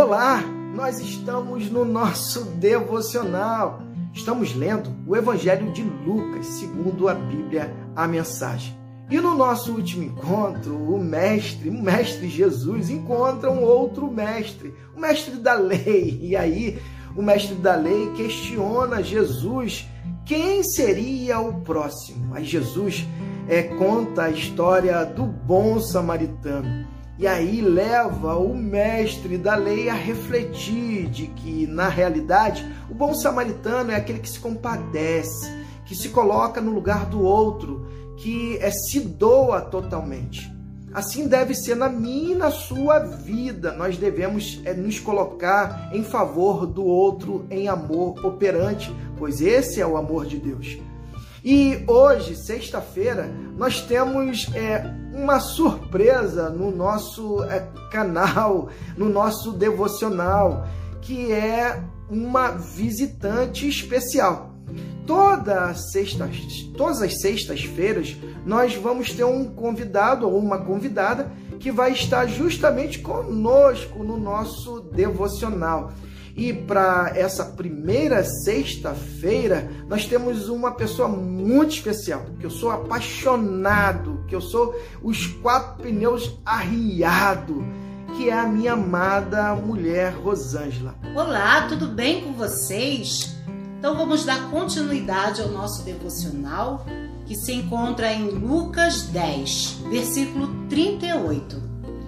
Olá, nós estamos no nosso devocional. Estamos lendo o Evangelho de Lucas, segundo a Bíblia, a mensagem. E no nosso último encontro, o mestre Jesus encontra um outro mestre, o mestre da lei. E aí, o mestre da lei questiona Jesus quem seria o próximo. Aí Jesus conta a história do bom samaritano. E aí leva o mestre da lei a refletir de que, na realidade, o bom samaritano é aquele que se compadece, que se coloca no lugar do outro, que se doa totalmente. Assim deve ser na minha e na sua vida. Nós devemos nos colocar em favor do outro em amor operante, pois esse é o amor de Deus. E hoje, sexta-feira, nós temos uma surpresa no nosso canal, no nosso devocional, que é uma visitante especial. Todas as sextas-feiras, nós vamos ter um convidado ou uma convidada que vai estar justamente conosco no nosso devocional. E para essa primeira sexta-feira, nós temos uma pessoa muito especial, que eu sou apaixonado, que eu sou os 4 pneus arriado, que é a minha amada mulher Rosângela. Olá, tudo bem com vocês? Então vamos dar continuidade ao nosso devocional, que se encontra em Lucas 10, versículo 38.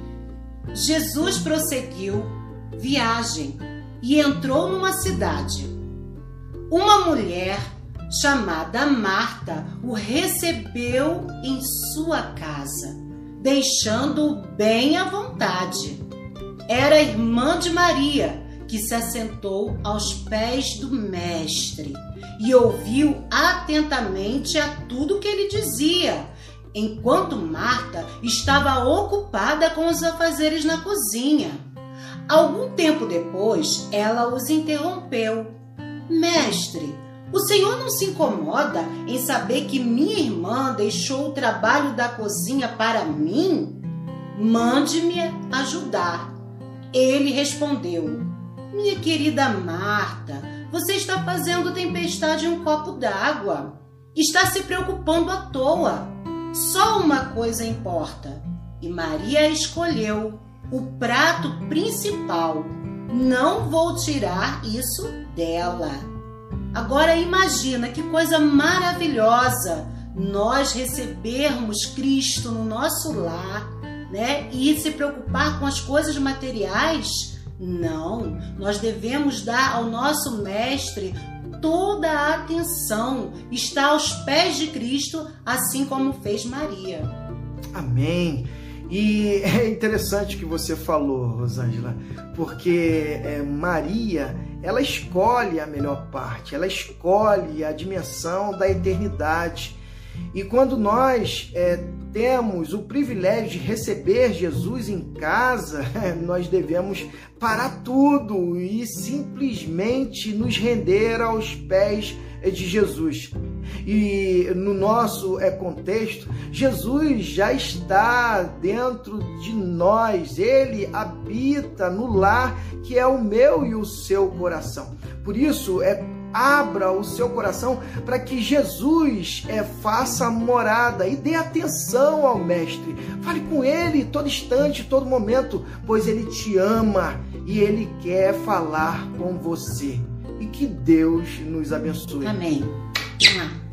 Jesus prosseguiu viagem e entrou numa cidade. Uma mulher chamada Marta o recebeu em sua casa, deixando-o bem à vontade. Era irmã de Maria, que se assentou aos pés do mestre e ouviu atentamente a tudo que ele dizia, enquanto Marta estava ocupada com os afazeres na cozinha. Algum tempo depois, ela os interrompeu. Mestre, o senhor não se incomoda em saber que minha irmã deixou o trabalho da cozinha para mim? Mande-me ajudar. Ele respondeu: minha querida Marta, você está fazendo tempestade em um copo d'água. Está se preocupando à toa. Só uma coisa importa. E Maria escolheu o prato principal. Não vou tirar isso dela. Agora imagina que coisa maravilhosa nós recebermos Cristo no nosso lar, né? E se preocupar com as coisas materiais. Não, nós devemos dar ao nosso mestre toda a atenção, estar aos pés de Cristo, assim como fez Maria. Amém. E é interessante o que você falou, Rosângela, porque Maria, ela escolhe a melhor parte, ela escolhe a dimensão da eternidade. E quando nós temos o privilégio de receber Jesus em casa, nós devemos parar tudo e simplesmente nos render aos pés de Jesus. E no nosso contexto, Jesus já está dentro de nós, ele habita no lar que é o meu e o seu coração. Por isso, abra o seu coração para que Jesus faça morada e dê atenção ao Mestre. Fale com ele todo instante, todo momento, pois ele te ama e ele quer falar com você. E que Deus nos abençoe. Amém.